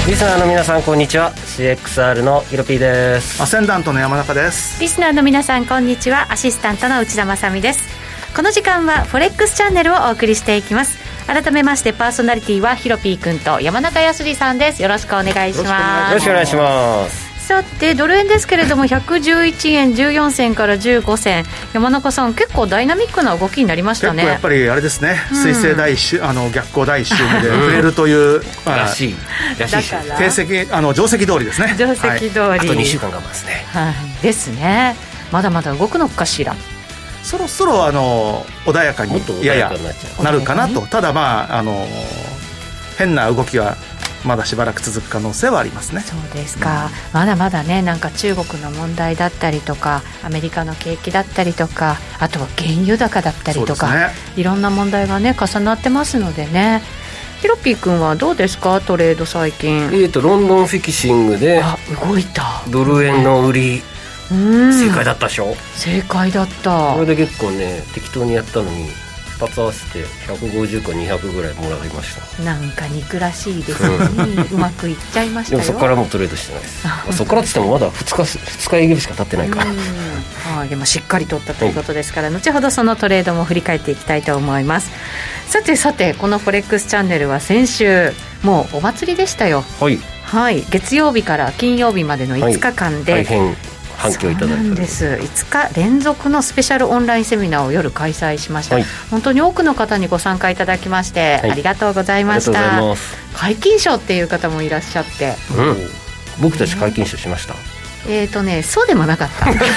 リスナーの皆さんこんにちは。 CXR のヒロピーです。 アセンダントの山中です。 リスナーの皆さんこんにちは。アシスタントの内田まさみです。この時間はフォレックスチャンネルをお送りしていきます。改めましてパーソナリティはヒロピーくんと山中康さんです。よろしくお願いします。 よろしくお願いします。 さてドル円ですけれども111円14銭から15銭、山中さん結構ダイナミックな動きになりましたね。 結構やっぱりあれですね、水星第一週逆行第一週目で触れるというらしいだから定石定石通りですね。 定石通り、 あと2週間頑張りますね。 ですね。ままだ動くのかしら。 そろそろ穏やかにややなるかなと。ただ変な動きはまだしばらく続く可能性はありますね。 そうですか、まだまだね、なんか中国の問題だったりとかアメリカの景気だったりとか、あとは原油高だったりとか、いろんな問題がね重なってますのでね。ヒロピー君はどうですか、トレード最近。 ロンドンフィキシングで動いたドル円の売り、正解だったでしょ。 正解だった。 これで結構ね適当にやったのに2つ合わせて150か200ぐらいもらいました。 なんか憎らしいですねうまくいっちゃいましたよ。 でもそこからもうトレードしてないですそこからって言ってもまだ2日営業しか経ってないからでもしっかり取ったということですから、後ほどそのトレードも振り返っていきたいと思います。さてこのフォレックスチャンネルは先週もうお祭りでしたよ。はい、月曜日から金曜日までの5日間で、 大変反響いただいて。 そうなんです。5日連続のスペシャルオンラインセミナーを夜開催しました。本当に多くの方にご参加いただきまして、ありがとうございました。皆勤賞っていう方もいらっしゃって、 僕たち皆勤賞しました。 そうでもなかったアナ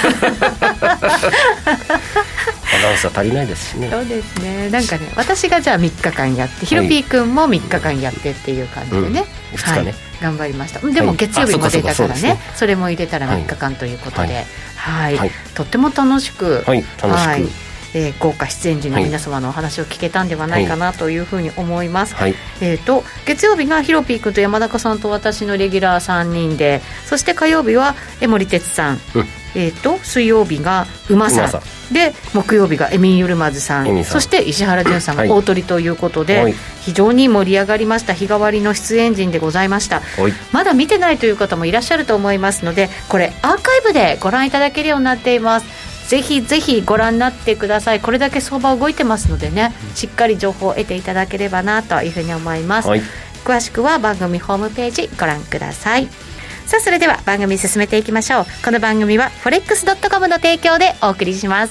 ウンサー足りないですしね。 そうですね。なんかね、私がじゃあ3日間やって、ヒロピー君も3日間やってっていう感じでね、 2日ね、 頑張りました。でも月曜日も出たからね、それも入れたら3日間ということで、とっても楽しく、豪華出演陣の皆様のお話を聞けたんではないかなというふうに思います。月曜日がヒロピー君と山中さんと私のレギュラー3人で、そして火曜日は江森哲さん、水曜日が馬さんで、木曜日がエミン・ユルマズさん、そして石原潤さんが大取りということで、非常に盛り上がりました日替わりの出演陣でございました。まだ見てないという方もいらっしゃると思いますので、これアーカイブでご覧いただけるようになっています。ぜひぜひご覧になってください。これだけ相場動いてますのでね、しっかり情報を得ていただければなというふうに思います。詳しくは番組ホームページご覧ください。さあそれでは番組進めていきましょう。この番組は forex.com の提供でお送りします。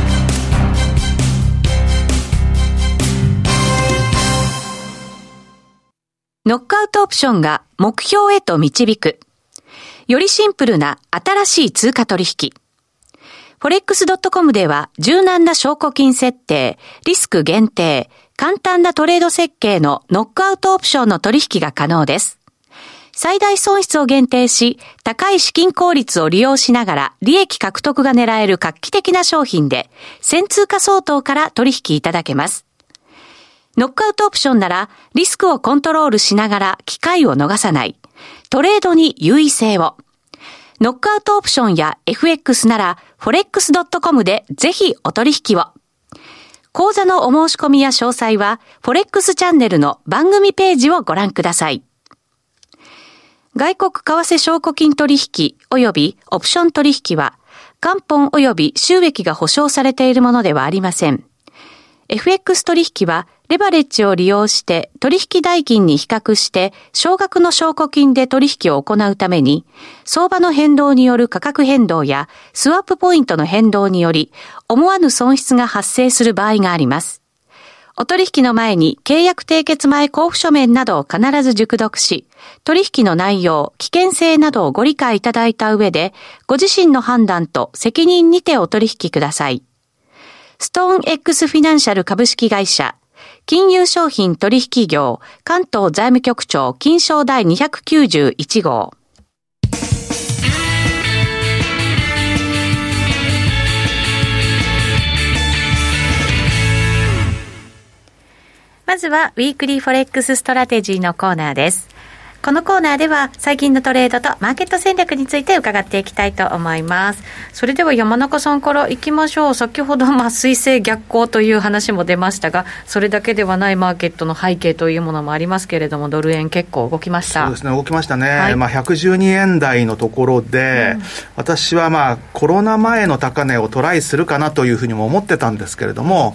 ノックアウトオプションが目標へと導く、よりシンプルな新しい通貨取引。forex.com では柔軟な証拠金設定、リスク限定、簡単なトレード設計のノックアウトオプションの取引が可能です。最大損失を限定し、高い資金効率を利用しながら利益獲得が狙える画期的な商品で、1000通貨相当から取引いただけます。ノックアウトオプションならリスクをコントロールしながら機会を逃さない、トレードに優位性を。ノックアウトオプションや FX なら forex.com でぜひお取引を。講座のお申し込みや詳細は Forex チャンネルの番組ページをご覧ください。外国為替証拠金取引及びオプション取引は元本及び収益が保証されているものではありません。FX 取引はレバレッジを利用して取引代金に比較して少額の証拠金で取引を行うために、相場の変動による価格変動やスワップポイントの変動により思わぬ損失が発生する場合があります。お取引の前に契約締結前交付書面などを必ず熟読し、取引の内容、危険性などをご理解いただいた上で、ご自身の判断と責任にてお取引ください。ストーン X フィナンシャル株式会社、金融商品取引業関東財務局長金商第291号。まずはウィークリーフォレックスストラテジーのコーナーです。 このコーナーでは最近のトレードとマーケット戦略について伺っていきたいと思います。それでは山中さんからいきましょう。先ほど水星逆行という話も出ましたが、それだけではないマーケットの背景というものもありますけれども、ドル円結構動きました。 そうですね、動きましたね、 はい、 112円台のところで、私はコロナ前の高値をトライするかなというふうにも思ってたんですけれども、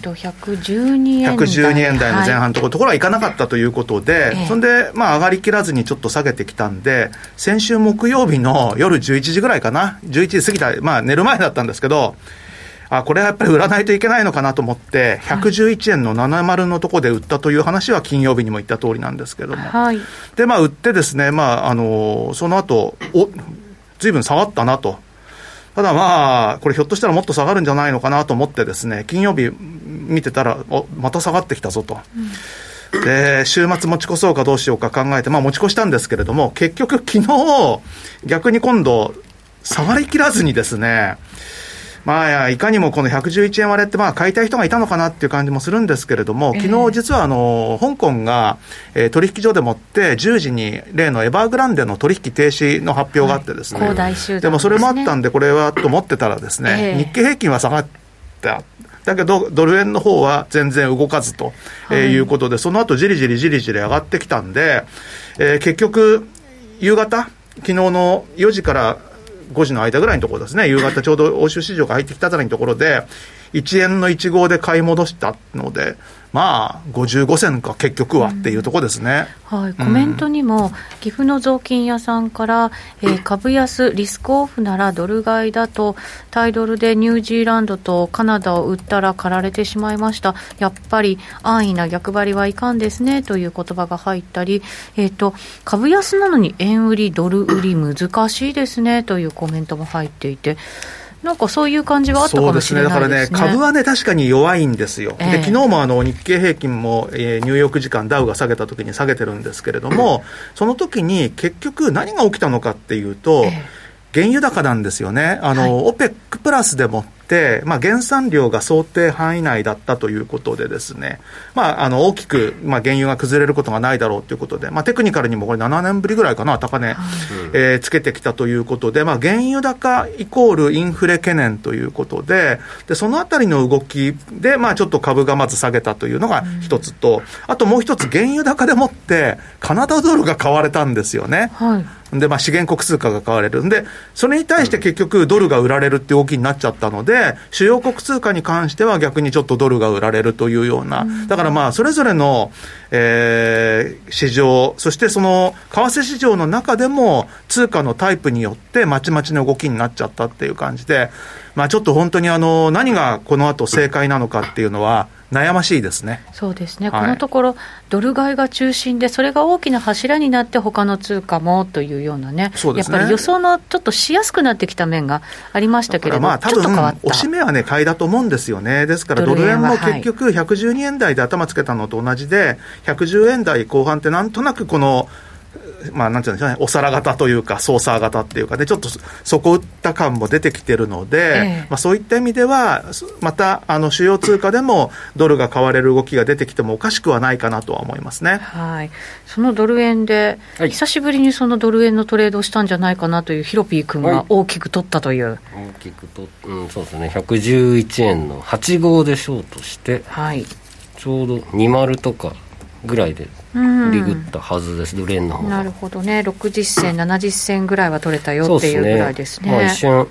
112 円台の前半のところはいかなかったということで、そんで上がりきらずにちょっと下げてきたんで、先週木曜日の夜11時ぐらいかな、11時過ぎた、寝る前だったんですけど、これはやっぱり売らないといけないのかなと思って111円の70のところで売ったという話は金曜日にも言った通りなんですけども、 はい、 で売ってですね、その後ずいぶん下がったなと。ただこれひょっとしたらもっと下がるんじゃないのかなと思ってですね、金曜日見てたらまた下がってきたぞと、で週末持ち越そうかどうしようか考えて持ち越したんですけれども、結局昨日逆に今度下がりきらずにですね、いかにもこの111円割れって買いたい人がいたのかなっていう感じもするんですけれども、昨日実は香港が、取引所でもって10時に例のエバーグランデの取引停止の発表があってですね、 恒大集団ですね。 でもそれもあったんでこれはと思ってたらですね、日経平均は下がっただけどドル円の方は全然動かずと、いうことで、その後じりじり上がってきたんで、結局夕方昨日の4時から5時の間ぐらいのところですね、夕方ちょうど欧州市場が入ってきたあたりのところで1円の1号で買い戻したので、55銭か結局はっていうところですね、 はい、コメントにも、岐阜の雑巾屋さんから、株安リスクオフならドル買いだと、タイドルでニュージーランドとカナダを売ったら駆られてしまいました。やっぱり安易な逆張りはいかんですねという言葉が入ったり、株安なのに円売りドル売り難しいですねというコメントも入っていて、なんかそういう感じはあったかもしれないですね。 そうですね。だからね、株はね確かに弱いんですよ。で昨日も日経平均も、ニューヨーク時間ダウが下げた時に下げてるんですけれども、その時に結局何が起きたのかっていうと、原油高なんですよね。OPEC プラスでもって減産量が想定範囲内だったということでですね、大きく、原油が崩れることがないだろうということで、テクニカルにもこれ7年ぶりぐらいかな、高値、つけてきたということで、原油高イコールインフレ懸念ということで、そのあたりの動きで、ちょっと株がまず下げたというのが一つと、あともう一つ原油高でもってカナダドルが買われたんですよね。で資源国通貨が買われるんで、それに対して結局ドルが売られるって動きになっちゃったので、主要国通貨に関しては逆にちょっとドルが売られるというような、だからそれぞれの、市場、そしてその為替市場の中でも通貨のタイプによってまちまちの動きになっちゃったっていう感じで、ちょっと本当に何がこの後正解なのかっていうのは悩ましいですね。 そうですね、このところドル買いが中心で、それが大きな柱になって他の通貨もというようなね、やっぱり予想のちょっとしやすくなってきた面がありましたけれども、 多分押し目はね買いだと思うんですよね。ですからドル円も結局112円台で頭つけたのと同じで、110円台後半ってなんとなくこのなんていうんでしょうね、お皿型というかソーサー型っていうかで、ちょっと底打った感も出てきてるので、そういった意味ではまた主要通貨でもドルが買われる動きが出てきてもおかしくはないかなとは思いますね。 はい、そのドル円で、久しぶりにそのドル円のトレードをしたんじゃないかなというヒロピー君が大きく取ったという、 大きくそうですね、111円の8号でショートして、ちょうど20とかぐらいでリグったはずです、ドル円の方が。 なるほどね、60銭70銭ぐらいは取れたよっていうぐらいですね。 一瞬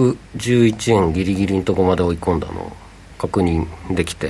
111円ギリギリのとこまで追い込んだのを確認できて、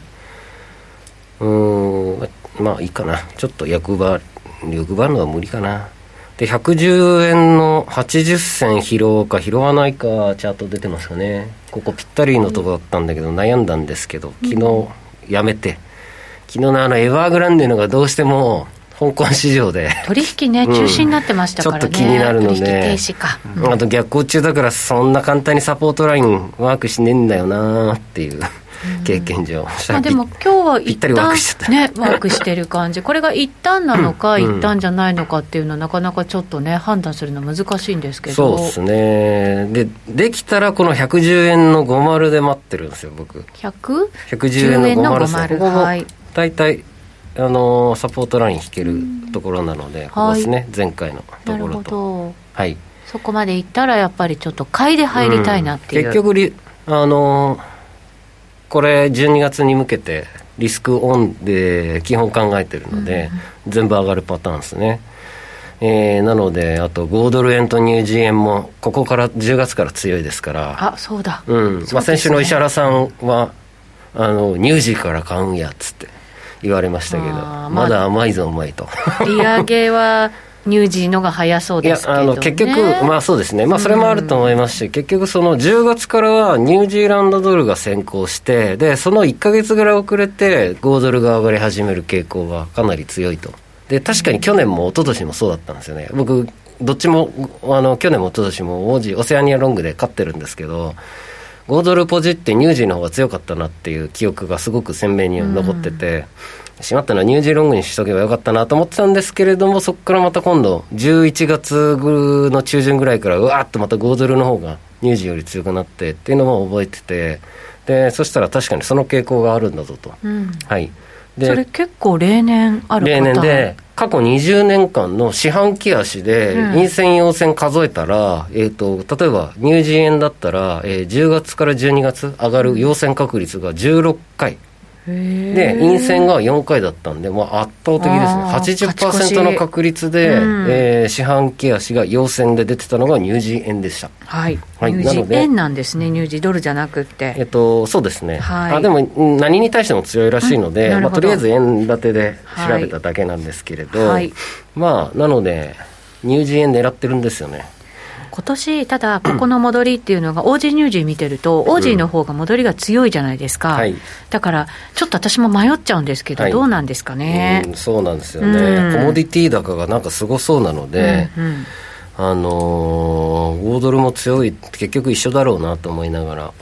いいかな、ちょっと欲張るのは無理かな。で110円の80銭拾おうか拾わないか、チャート出てますかね。ここぴったりのとこだったんだけど、悩んだんですけど昨日やめて、昨日のエバーグランデのがどうしても香港市場で取引ね、中止になってましたからね、 ちょっと気になるので、 取引停止か、 あと逆行中だからそんな簡単にサポートラインワークしねえんだよなっていう経験上、 でも今日は一旦ワークしてる感じこれが一旦なのか、一旦じゃないのかっていうのはなかなかちょっとね判断するの難しいんですけど。 そうですね。できたらこの110円の50で待ってるんですよ僕。 110円の50、 だいたいサポートライン引けるところなので、ここですね、前回のところと。なるほど、 はい、そこまでいったらやっぱりちょっと買いで入りたいなっていう、 結局これ12月に向けてリスクオンで基本考えてるので、全部上がるパターンですね。なのであと5ドル円とニュージー円もここから10月から強いですから。 そうだ、 先週の石原さんはニュージーから買うんやっつって言われましたけど、まだ甘いぞお前と。 利上げはニュージーのが早そうですけどね。いや結局そうですね、それもあると思いますし、結局その10月からはニュージーランドドルが先行して、でその1ヶ月ぐらい遅れて5ドルが上がり始める傾向がかなり強いと。で確かに去年も一昨年もそうだったんですよね。僕どっちも去年も一昨年もオセアニアロングで勝ってるんですけど、5ドルポジってニュージーの方が強かったなっていう記憶がすごく鮮明に残ってて、しまったのはニュージーロングにしとけばよかったなと思ってたんですけれども、そこからまた今度11月の中旬ぐらいからうわーっとまた5ドルの方がニュージーより強くなってっていうのも覚えてて、でそしたら確かにその傾向があるんだぞと、はい。でそれ結構例年あるパターン。 例年で過去20年間の四半期足で陰線陽線数えたら、例えばニュージー円だったら、10月から12月上がる陽線確率が16回で陰線が4回だったんで、圧倒的ですね。 80% の確率で、四半期足が陽線で出てたのがニュージー円でした。 はい、ニュージー円なんですね。ニュージードルじゃなくて、 そうですね、でも何に対しても強いらしいので、とりあえず円建てで調べただけなんですけれど、なのでニュージー円狙ってるんですよね。 今年ただここの戻りっていうのが、オージーニュージー見てるとオージーの方が戻りが強いじゃないですか、だからちょっと私も迷っちゃうんですけど、どうなんですかね。 そうなんですよね、コモディティ高がなんかすごそうなので、5ドルも強い、結局一緒だろうなと思いながら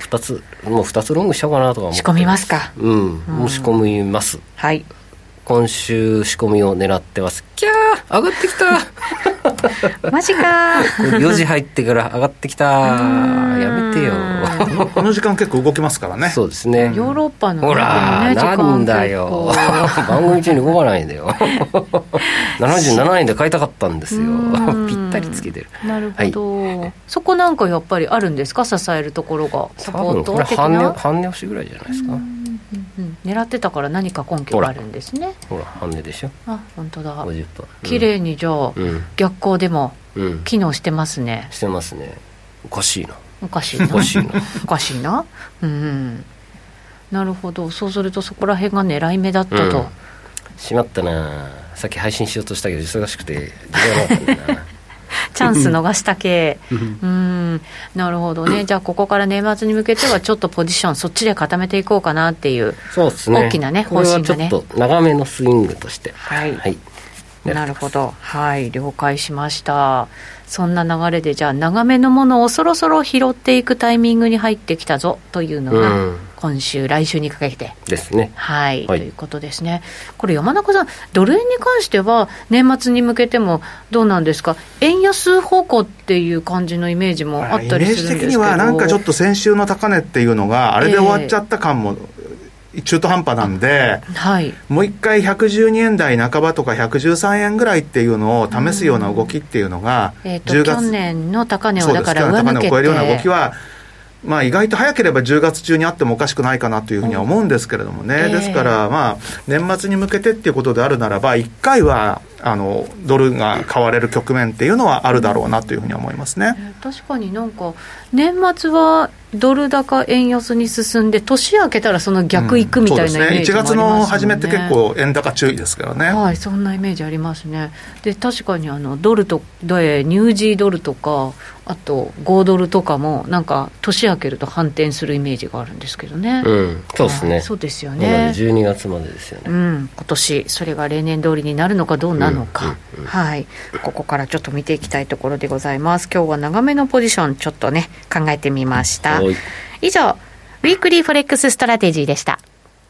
2つロングしようかなとか思って。 仕込みますか。 もう仕込みます。 はい、 今週仕込みを狙ってます。キャー上がってきたマジか 4時入ってから上がってきた。やめてよこの時間結構動きますからね。 そうですね、 ヨーロッパの、 ほらなんだよ番組中に動かないでよ77円で買いたかったんですよぴったりつけてる。 なるほど、そこなんかやっぱりあるんですか、支えるところが。サポート的な。 これ半値押しぐらいじゃないですか。 狙ってたから何か根拠があるんですね。 ほら半値でしょ。 本当だ、 50%、 綺麗にじゃあ、逆行でも機能してますね。 してますね。おかしいなおかしいななるほど。そうするとそこら辺が狙い目だったと、 しまったな。さっき配信しようとしたけど忙しくて時間なかったなチャンス逃した系なるほどね。じゃあここから年末に向けてはちょっとポジションそっちで固めていこうかなっていう。 そうですね、 大きなね方針がね。 これはちょっと長めのスイングとしてなるほど、了解しました。そんな流れでじゃあ長めのものをそろそろ拾っていくタイミングに入ってきたぞというのが、今週来週にかけてですね。 ということですね。これ山中さん、ドル円に関しては年末に向けてもどうなんですか。円安方向っていう感じのイメージもあったりするんですけど、 イメージ的にはなんかちょっと先週の高値っていうのがあれで終わっちゃった感も、中途半端なんで、もう一回112円台半ばとか113円ぐらいっていうのを試すような動きっていうのが、 10月去年の高値をだから上抜けて、 去年の高値を超えるような動きは意外と早ければ10月中にあってもおかしくないかなというふうには思うんですけれどもね、ですから年末に向けてっていうことであるならば1回はドルが買われる局面っていうのはあるだろうなというふうに思いますね。 確かになんか年末はドル高円安に進んで年明けたらその逆行くみたいなイメージもありますね。 1月の初めって結構円高注意ですからね。 そんなイメージありますね。で確かにドルとニュージードルとかあと5ドルとかもなんか年明けると反転するイメージがあるんですけどね。 そうですね。 そうですよね。 12月までですよね。 今年それが例年通りになるのかどうなのか、ここからちょっと見ていきたいところでございます。今日は長めのポジションちょっとね考えてみました。以上ウィークリーフォレックスストラテジーでした。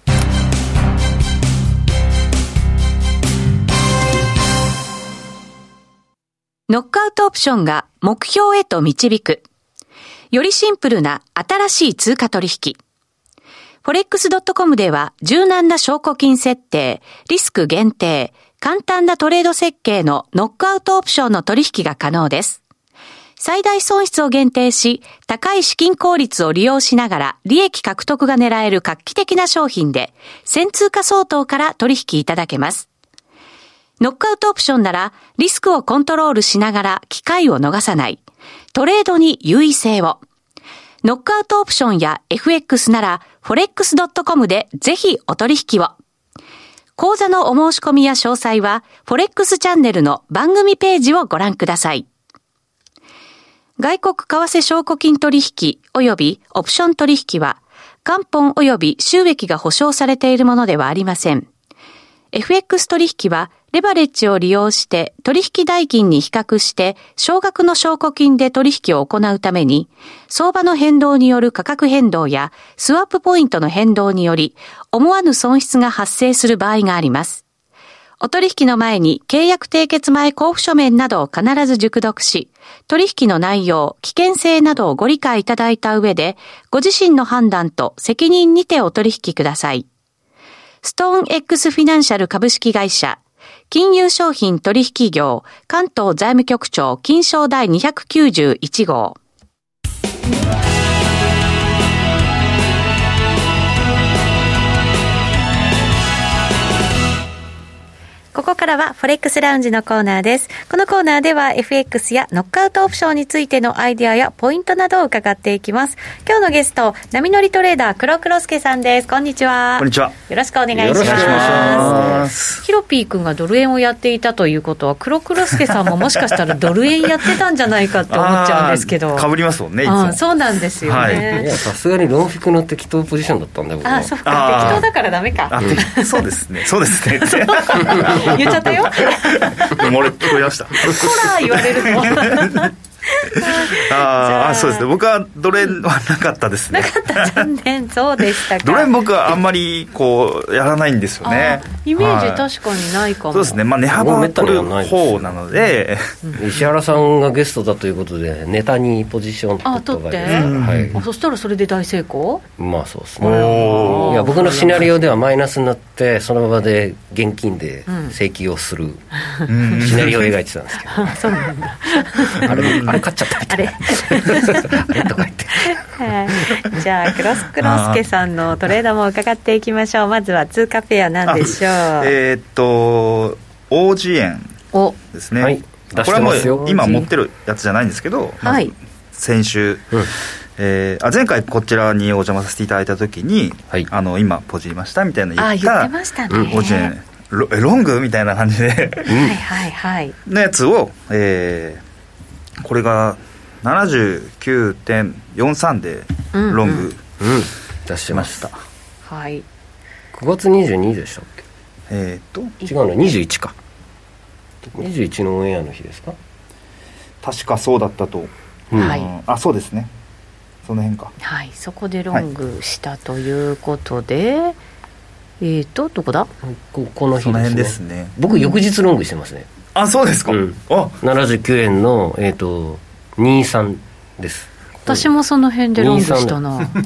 ノックアウトオプションが目標へと導く。よりシンプルな新しい通貨取引。 forex.com では柔軟な証拠金設定、リスク限定、簡単なトレード設計のノックアウトオプションの取引が可能です。最大損失を限定し、高い資金効率を利用しながら利益獲得が狙える画期的な商品で、1000通貨相当から取引いただけます。ノックアウトオプションならリスクをコントロールしながら機会を逃さない。トレードに優位性を。ノックアウトオプションや FX なら forex.com でぜひお取引を。講座のお申し込みや詳細は Forex チャンネルの番組ページをご覧ください。外国為替証拠金取引及びオプション取引は元本及び収益が保証されているものではありません。FX 取引はレバレッジを利用して取引代金に比較して少額の証拠金で取引を行うために相場の変動による価格変動やスワップポイントの変動により思わぬ損失が発生する場合があります。お取引の前に契約締結前交付書面などを必ず熟読し、取引の内容、危険性などをご理解いただいた上で、ご自身の判断と責任にてお取引ください。ストーン X フィナンシャル株式会社、金融商品取引業、関東財務局長金商第291号。ここからはフォレックスラウンジのコーナーです。このコーナーでは FX やノックアウトオプションについてのアイデアやポイントなどを伺っていきます。今日のゲスト、波乗りトレーダー黒黒助さんです。こんにちは。 こんにちは。 よろしくお願いします。 よろしくお願いします。 ヒロピー君がドル円をやっていたということは、黒黒助さんももしかしたらドル円やってたんじゃないかって思っちゃうんですけど。 かぶりますもんね、いつも。 そうなんですよね。はい、 いや、さすがにロンフィクの適当ポジションだったんだよ、僕は。 そうか、適当だからダメか。 そうですね。そうですね。 言っちゃったよ。 漏れ聞こえました。 ほら言われるの。 そうですね。僕はドル円はなかったですね。 なかった、残念。そうでしたか。 ドル円僕はあんまりこうやらないんですよね。 イメージ確かにないかも。 そうですね。値幅を取る方なので、 石原さんがゲストだということでネタにポジション取って、 はい、 そしたらそれで大成功。 まあそうですね。いや、僕のシナリオではマイナスになってその場で現金で請求をするシナリオを描いてたんですけど、 そうなんだ。 あれ買っちゃったみたいな。あれとか言って。 じゃあ黒助さんのトレードも伺っていきましょう。まずは通貨ペアなんでしょう。 オージ円ですね。 はい、 これはもう今持ってるやつじゃないんですけど、 はい、 先週、前回こちらにお邪魔させていただいた時に、はい、今ポジりましたみたいな言ってましたね。オージ円ロングみたいな感じではいはいはい、 のやつを、これが 79.43 でロング、 出しました。 はい。 9月22でしたっけ？違うの、21か。21のオンエアの日ですか？ 確かそうだったと。 はい。 そうですね。その辺か。 はい。そこでロングしたということで、どこだ？ この日ですね。 その辺ですね。 僕翌日ロングしてますね。 そうですか。 79円の23です。 私もその辺でロングしたな。何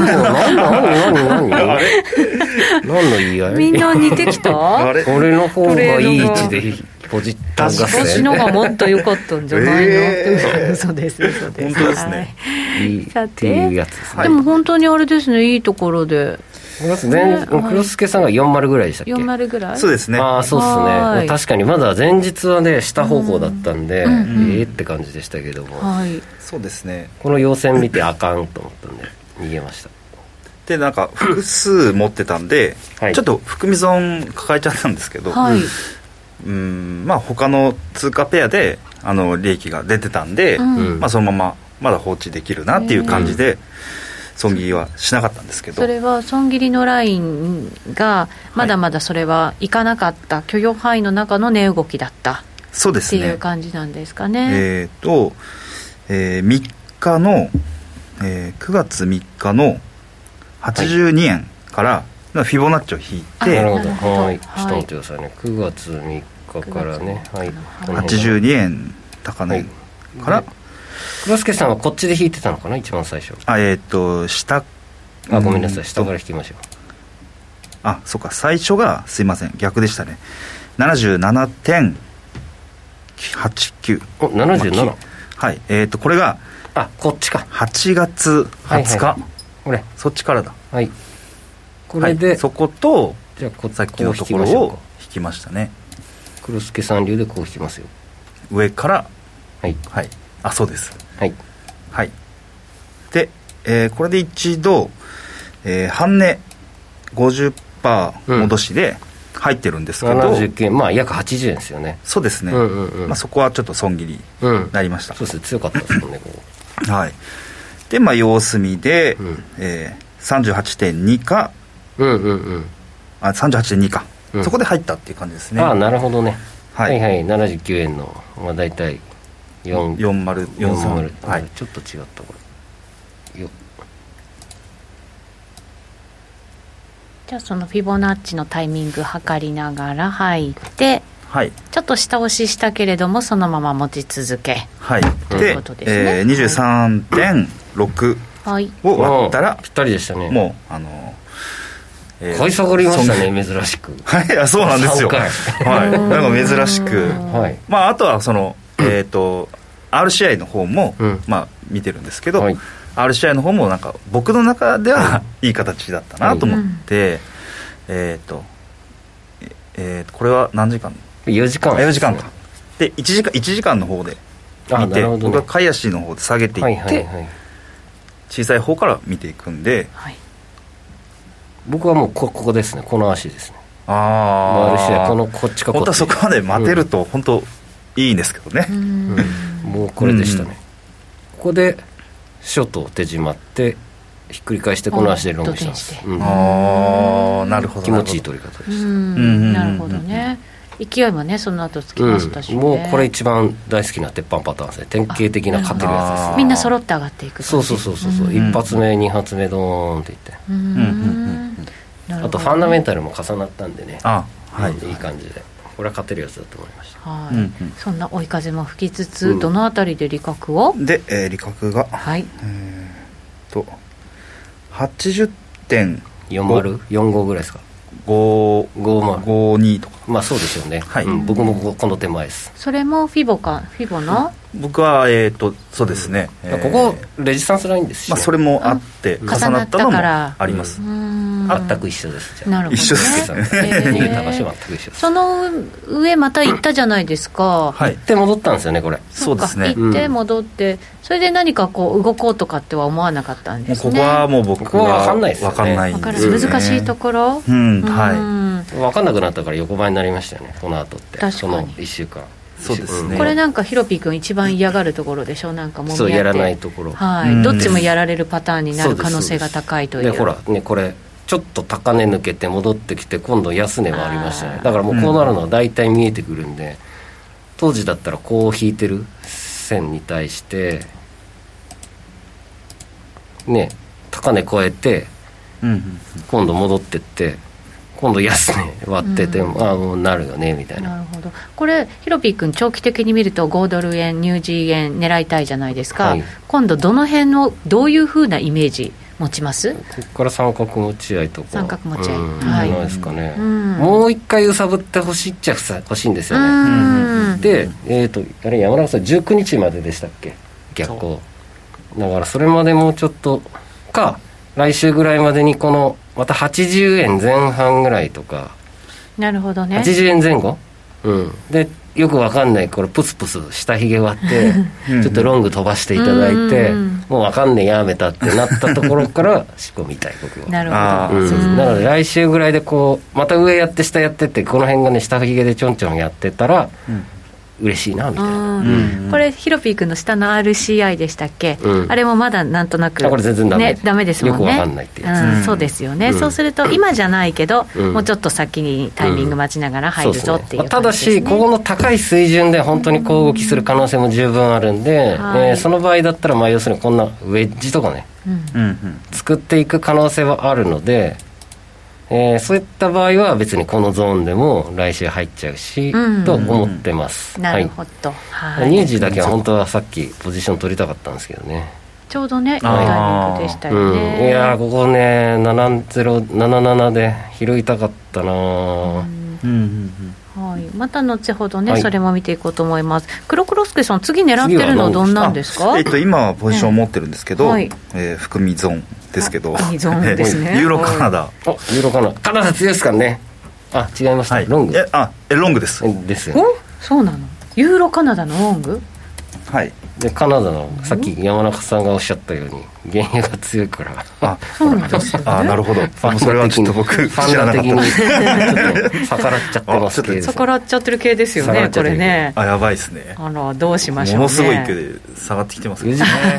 の言い合い？ みんな似てきた？ 俺の方がいい位置でポジったんだ。 私のがもっと良かったんじゃないの？そうです。 本当ですね。 さて、 いうやつですね。 でも本当にあれですね、いいところで。 黒助さんが40ぐらいでしたっけ ？40ぐらい？ そうですね。 そうですね。確かにまだ前日はね下方向だったんで、って感じでしたけども、 そうですね。 この陽線見てあかんと思ったんで逃げました。 でなんか複数持ってたんで、ちょっと含み損抱えちゃったんですけど、他の通貨ペアで利益が出てたんで、そのまままだ放置できるなっていう感じで。損切りはしなかったんですけど、 それは損切りのラインがまだまだそれはいかなかった、許容範囲の中の値動きだったそうですねっていう感じなんですかね。 3日の、9月3日の82円からフィボナッチを引いて、 なるほど、はい、ちょっと待ってくださいね。9月3日からね、 82円高値から、 黒助さんはこっちで引いてたのかな、一番最初。 下ごめんなさい、下から引きましょう。 そうか、最初がすいません逆でしたね。 77.89 77、 はい、これがこっちか、 8月20日、 これそっちからだ。 はい、これで、 そこと、 じゃあさっきのところを引きましたね。 黒助さん流でこう引きますよ。 上から、 はい、 そうです。 はい、 で、これで一度、半値 50% 戻しで入ってるんですけど、 79円、約80円ですよね。 そうですね、そこはちょっと損切りになりました、 そうですね、強かったですもんねここはい。で、様子見で、38.2 か、38.2 か、そこで入ったっていう感じですね。 なるほどね。79円の、大体4043、ちょっと違ったこれよ。 じゃあそのフィボナッチのタイミング測りながら入って、ちょっと下押ししたけれどもそのまま持ち続け、ということですね。 23.6 を割ったら、 ぴったりでしたね。 もう買い下がりましたね、珍しく。 そうなんですよ。なんか珍しく、あとはそのRCI の方も見てるんですけど、RCI の方もなんか僕の中ではいい形だったなと思って、これは何時間 ？4時間か。で1時間の方で見て、僕は買い足の方で下げていって、小さい方から見ていくんで、 僕はもうここですね、この足ですね。 RCI こっちかこっち。 本当はそこまで待てると本当いいんですけどね。 もうこれでしたね。ここでショート手締まってひっくり返してこの足でロングしたんです。 なるほど、 気持ちいい取り方でした。 なるほどね。勢いもねその後つきましたしね。 もうこれ一番大好きな鉄板パターンですね。典型的な勝てるやつですね。 みんな揃って上がっていく。 そう一発目2発目ドーンっていって、あとファンダメンタルも重なったんでね、いい感じでこれは勝てるやつだと思いました。 そんな追い風も吹きつつ、どのあたりで利確をで、利確が 80.4045ぐらいですか。 52とか、 そうでしょうね。僕もこの手前です。 それもフィボの僕はそうですね、 ここレジスタンスラインですし、 それもあって重なったのもあります。 全く一緒です。 なるほどね。 一緒です逃げた場所は全く一緒です。 その上また行ったじゃないですか。 行って戻ったんですよねこれ。 そうですね。 行って戻って、それで何かこう動こうとかっては思わなかったんですね。 ここはもう僕は分かんないですよね。 難しいところ。 分かんなくなったから横ばいになりましたよねこの後って。 その 1週間。 そうですね。 これなんかヒロピー君一番嫌がるところでしょ。なんかもみ合って、 やらないところ、 どっちもやられるパターンになる可能性が高いという。 でほらね、これちょっと高値抜けて戻ってきて今度安値はありましたね。だからもうこうなるのは大体見えてくるんで、当時だったらこう引いてる線に対してね、高値超えて、今度戻ってって今度安値割ってて、もうなるよねみたいな。 なるほど。これヒロピー君長期的に見ると5ドル円ニュージー円狙いたいじゃないですか、今度どの辺のどういうふうなイメージ持ちます？ここから三角持ち合いとか、 三角持ち合い、 ないですかね。もう一回揺さぶってほしいっちゃ欲しいんですよね。で、あれ山中さん19日まででしたっけ、逆行だからそれまでもうちょっとか来週ぐらいまでにこのまた80円前半ぐらいとか。 なるほどね。 80円前後、でよくわかんないこれプスプス下髭割ってちょっとロング飛ばしていただいてもうわかんねえやめたってなったところから仕込みたい僕は。 なるほど、 なので来週ぐらいでこうまた上やって下やってってこの辺がね下髭でちょんちょんやってたら、嬉しいなみたいな。 これヒロピー君の下の RCI でしたっけ、あれもまだなんとなくこれ全然ダメ、 ダメですもんね。 よくわかんないってやつ、 そうですよね、そうすると今じゃないけど、もうちょっと先にタイミング待ちながら入るぞっていう感じですね。 ただしここの高い水準で本当にこう動きする可能性も十分あるんで、その場合だったら要するにこんなウェッジとかね、作っていく可能性はあるので、そういった場合は別にこのゾーンでも来週入っちゃうし、と思ってます。 なるほど、 ニュージーだけは本当はさっきポジション取りたかったんですけどね。 ちょうどねいいタイミングでしたよね、 いやここね7077で拾いたかったな、はい、 また後ほどね、はい、それも見ていこうと思います。黒黒助さん次狙ってるのはどんなんですか？ 今はポジションを持ってるんですけど、含みゾーンですけど、 含みゾーンですねユーロカナダ、 ユーロカナダ強いですからね。違いました、ロングロングですですよね。 そうなの？ユーロカナダのロング？ はい。でカナダのさっき山中さんがおっしゃったように原油が強いから、 そうなんですよね。 なるほど。それはちょっと僕知らなかった。 ファンダ的に逆らっちゃってますけど、 逆らっちゃってる系ですよねこれね。 やばいですね。 どうしましょうね。 ものすごい勢いで下がってきてますね。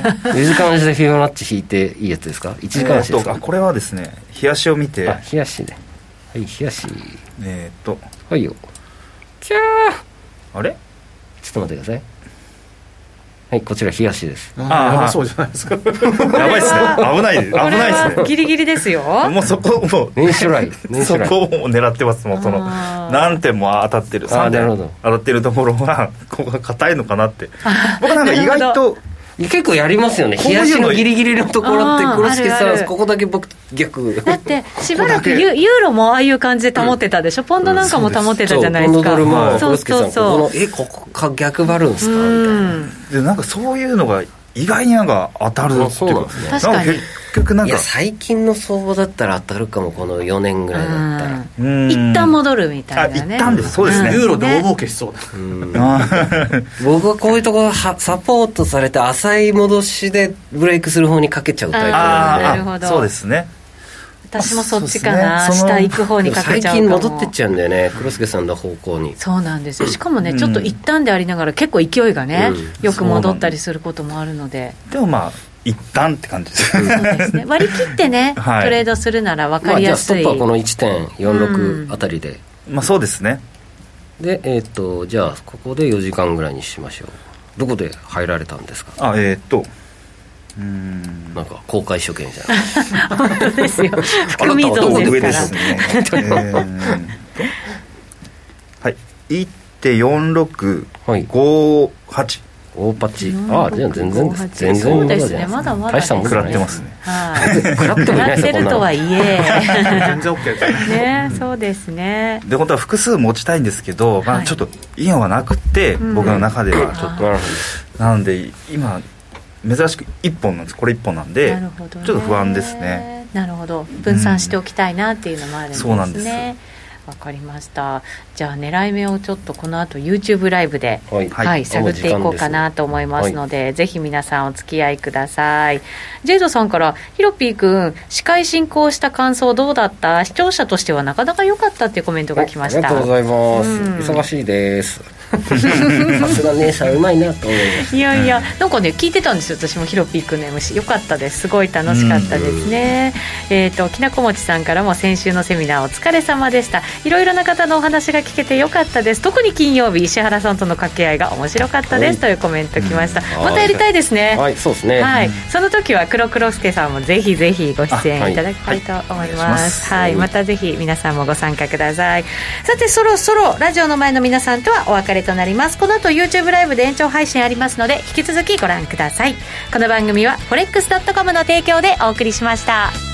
4時間足でフィボナッチ引いていいやつですか？1時間足ですか？ これはですね、日足を見て、 日足ね。はい、日足。はいよ。キャー。あれ？ちょっと待ってください。はい、こちら日足です。 やばそうじゃないですか。やばいですね。危ないですね。 ギリギリですよ。 もうそこも年初来そこを狙ってます。もうその何点も当たってる、3点当たってるところはここが硬いのかなって。僕なんか意外と結構やりますよね。日足のギリギリのところって黒助さんここだけ僕逆だってしばらくユーロもああいう感じで保ってたでしょ。ポンドなんかも保ってたじゃないですか。 ポンドドルも黒助さんここか逆張るんですかみたいな。 でなんかそういうのが意外になんか当たるっていうか、 確かに結局なんかいや最近の相場だったら当たるかも。この4年ぐらいだったら一旦戻るみたいなね。 一旦です。そうですね。 ユーロで大儲けしそうだ。 僕はこういうところサポートされて浅い戻しでブレイクする方にかけちゃうタイプなるほど。 そうですね。 私もそっちかな、下行く方にかけちゃうかも。 最近戻ってっちゃうんだよね、黒助さんの方向に。 そうなんですよ。しかもね、ちょっと一旦でありながら結構勢いがね、よく戻ったりすることもあるので。 でも一旦って感じです。 そうですね。割り切ってね、トレードするなら分かりやすい。 じゃあストップはこの 1.46 あたりで。 そうですね。 でじゃあここで4時間ぐらいにしましょう。どこで入られたんですか？なんか公開処刑じゃない。 本当ですよ。含み損ですから。 はい。1.4658。 大パチ。じゃあ全然です。全然そうですね。まだまだ大したもん食らってますね。 食らってるとはいえ全然 OK ですね。そうですね。 で本当は複数持ちたいんですけど、ちょっとイオンはなくて、僕の中ではちょっとなので今珍しく1本なんです。これ1本なんで、ちょっと不安ですね。 なるほど。分散しておきたいなっていうのもあるんですね。 そうなんです。 わかりました。じゃあ狙い目をちょっとこの後 YouTube ライブで、探っていこうかなと思いますので、ぜひ皆さんお付き合いください。ジェイドさんからヒロピー君司会進行した感想どうだった？視聴者としてはなかなか良かったっていうコメントが来ました。 ありがとうございます、忙しいですさすが姉さんうまいなと思いました。 いやいや、なんかね聞いてたんですよ私もヒロピー君の MC 良かったです。すごい楽しかったですね。きなこもちさんからも先週のセミナーお疲れ様でした。いろいろな方のお話が聞けて良かったです。特に金曜日石原さんとの掛け合いが面白かったです、というコメント来ました。またやりたいですね。 はい、そうですね。 はい、その時は黒黒助さんもぜひぜひご出演いただきたいと思います。はい、またぜひ皆さんもご参加ください。さてそろそろラジオの前の皆さんとはお別れとなります。この後 YouTube ライブで延長配信ありますので引き続きご覧ください。この番組は forex.com の提供でお送りしました。